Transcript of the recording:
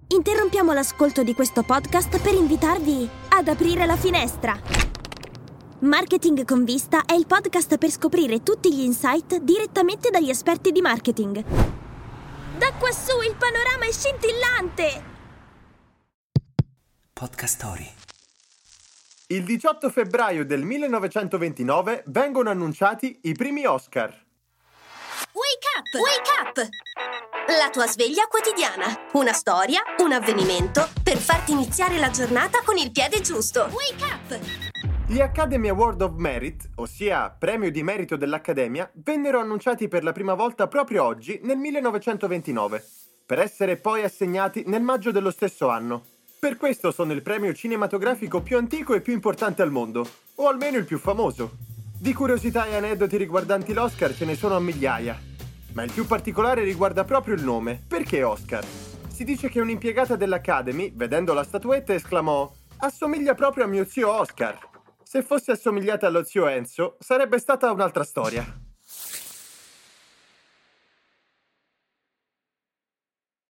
Interrompiamo l'ascolto di questo podcast per invitarvi ad aprire la finestra. Marketing con Vista è il podcast per scoprire tutti gli insight direttamente dagli esperti di marketing. Da quassù il panorama è scintillante! Podcast Story. Il 18 febbraio del 1929 vengono annunciati i primi Oscar. Wake up! La tua sveglia quotidiana. Una storia, un avvenimento per farti iniziare la giornata con il piede giusto. Wake up! Gli Academy Award of Merit, ossia premio di merito dell'Accademia, vennero annunciati per la prima volta proprio oggi, nel 1929, per essere poi assegnati nel maggio dello stesso anno. Per questo sono il premio cinematografico più antico e più importante al mondo, o almeno il più famoso. Di curiosità e aneddoti riguardanti l'Oscar ce ne sono a migliaia, ma il più particolare riguarda proprio il nome. Perché Oscar? Si dice che un'impiegata dell'Academy, vedendo la statuetta, esclamò: "Assomiglia proprio a mio zio Oscar". Se fosse assomigliata allo zio Enzo, sarebbe stata un'altra storia.